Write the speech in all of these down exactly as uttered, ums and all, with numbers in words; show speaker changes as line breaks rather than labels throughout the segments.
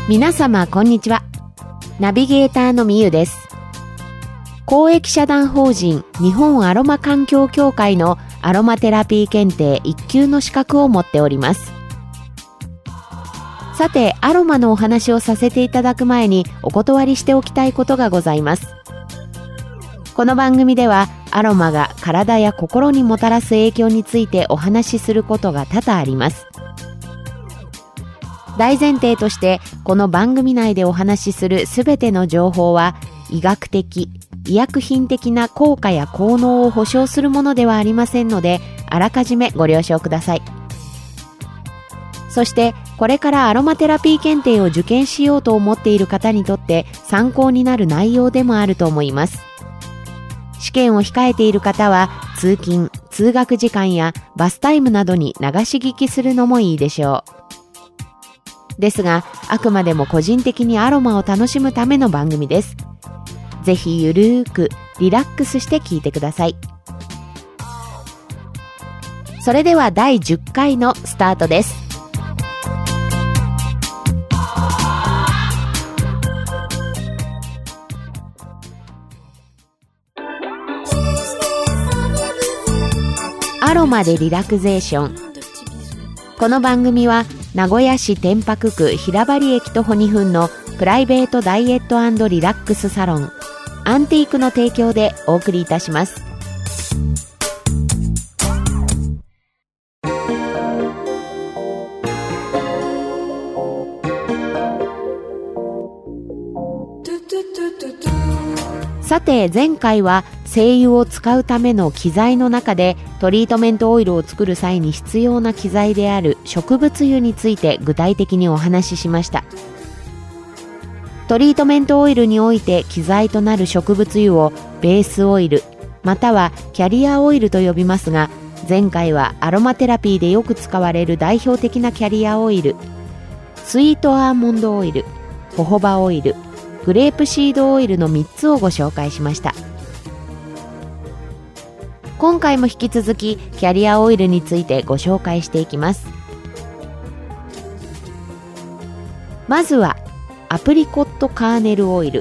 皆様こんにちは。ナビゲーターのみゆです。公益社団法人日本アロマ環境協会のアロマテラピー検定いっ級の資格を持っております。さて、アロマのお話をさせていただく前にお断りしておきたいことがございます。この番組ではアロマが体や心にもたらす影響についてお話しすることが多々あります。大前提としてこの番組内でお話しするすべての情報は医学的、医薬品的な効果や効能を保証するものではありませんので、あらかじめご了承ください。そしてこれからアロマテラピー検定を受験しようと思っている方にとって参考になる内容でもあると思います。試験を控えている方は通勤・通学時間やバスタイムなどに流し聞きするのもいいでしょう。ですが、あくまでも個人的にアロマを楽しむための番組です。ぜひゆるーくリラックスして聞いてください。それではだいじゅっかいのスタートです。アロマでリラクゼーション。この番組は名古屋市天白区平針駅徒歩にふんのプライベートダイエット&リラックスサロンアンティークの提供でお送りいたします。さて、前回は精油を使うための機材の中でトリートメントオイルを作る際に必要な機材である植物油について具体的にお話ししました。トリートメントオイルにおいて機材となる植物油をベースオイルまたはキャリアオイルと呼びますが、前回はアロマテラピーでよく使われる代表的なキャリアオイル、スイートアーモンドオイル、ホホバオイル、グレープシードオイルのみっつをご紹介しました。今回も引き続きキャリアオイルについてご紹介していきます。まずはアプリコットカーネルオイル、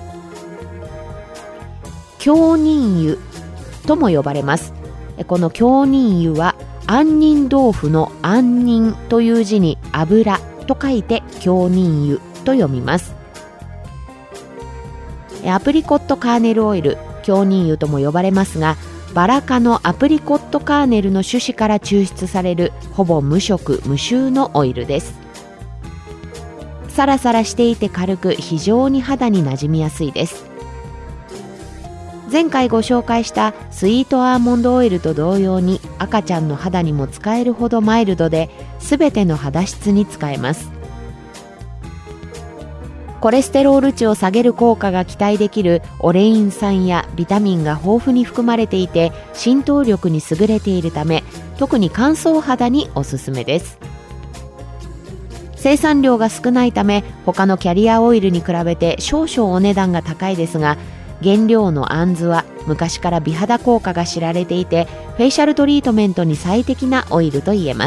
杏仁油とも呼ばれます。この杏仁油は杏仁豆腐の杏仁という字に油と書いて杏仁油と読みます。アプリコットカーネルオイル、杏仁油とも呼ばれますが、バラ科のアプリコットカーネルの種子から抽出されるほぼ無色無臭のオイルです。サラサラしていて軽く、非常に肌に馴染みやすいです。前回ご紹介したスイートアーモンドオイルと同様に赤ちゃんの肌にも使えるほどマイルドで、すべての肌質に使えます。コレステロール値を下げる効果が期待できるオレイン酸やビタミンが豊富に含まれていて、浸透力に優れているため、特に乾燥肌におすすめです。生産量が少ないため、他のキャリアオイルに比べて少々お値段が高いですが、原料のアンズは昔から美肌効果が知られていて、フェイシャルトリートメントに最適なオイルと言えます。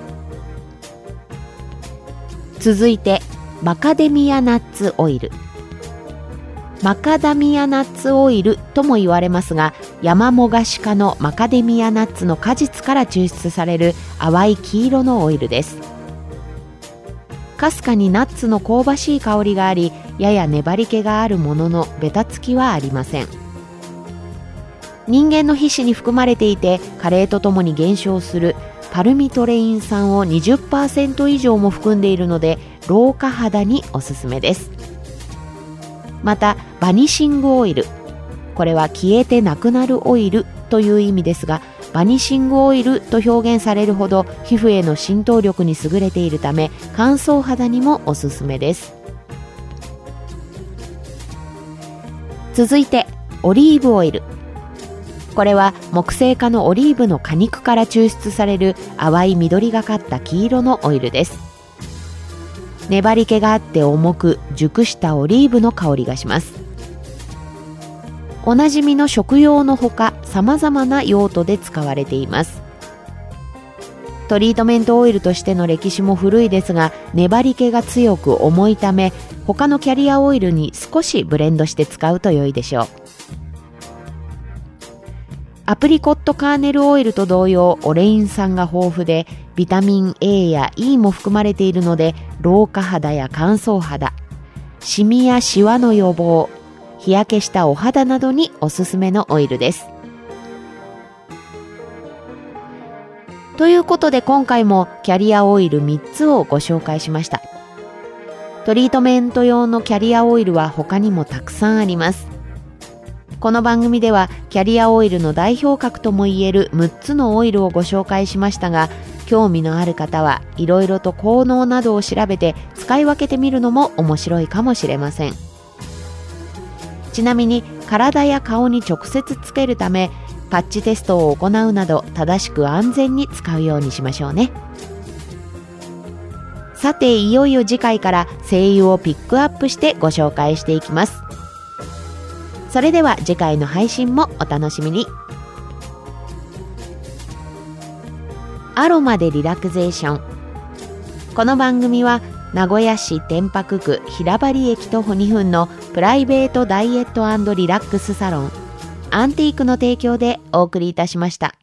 続いてマカデミアナッツオイル。マカダミアナッツオイルとも言われますが、ヤマモガシ科のマカデミアナッツの果実から抽出される淡い黄色のオイルです。かすかにナッツの香ばしい香りがあり、やや粘り気があるもののベタつきはありません。人間の皮脂に含まれていて、加齢とともに減少するパルミトレイン酸を にじゅっパーセント 以上も含んでいるので、老化肌におすすめです。またバニシングオイル、これは消えてなくなるオイルという意味ですが、バニシングオイルと表現されるほど皮膚への浸透力に優れているため、乾燥肌にもおすすめです。続いてオリーブオイル。これは木星科のオリーブの果肉から抽出される淡い緑がかった黄色のオイルです。粘り気があって重く熟したオリーブの香りがします。おなじみの食用のほか、様々な用途で使われています。 トリートメントオイルとしての歴史も古いですが、粘り気が強く重いため、他のキャリアオイルに少しブレンドして使うと良いでしょう。アプリコットカーネルオイルと同様、オレイン酸が豊富で、ビタミン A や E も含まれているので、老化肌や乾燥肌、シミやシワの予防、日焼けしたお肌などにおすすめのオイルです。ということで今回もキャリアオイルみっつをご紹介しました。トリートメント用のキャリアオイルは他にもたくさんあります。この番組ではキャリアオイルの代表格ともいえるむっつのオイルをご紹介しましたが、興味のある方はいろいろと効能などを調べて使い分けてみるのも面白いかもしれません。ちなみに体や顔に直接つけるため、パッチテストを行うなど正しく安全に使うようにしましょうね。さて、いよいよ次回から精油をピックアップしてご紹介していきます。それでは次回の配信もお楽しみに。アロマでリラクゼーション。この番組は名古屋市天白区平針駅徒歩にふんのプライベートダイエット&リラックスサロンアンティークの提供でお送りいたしました。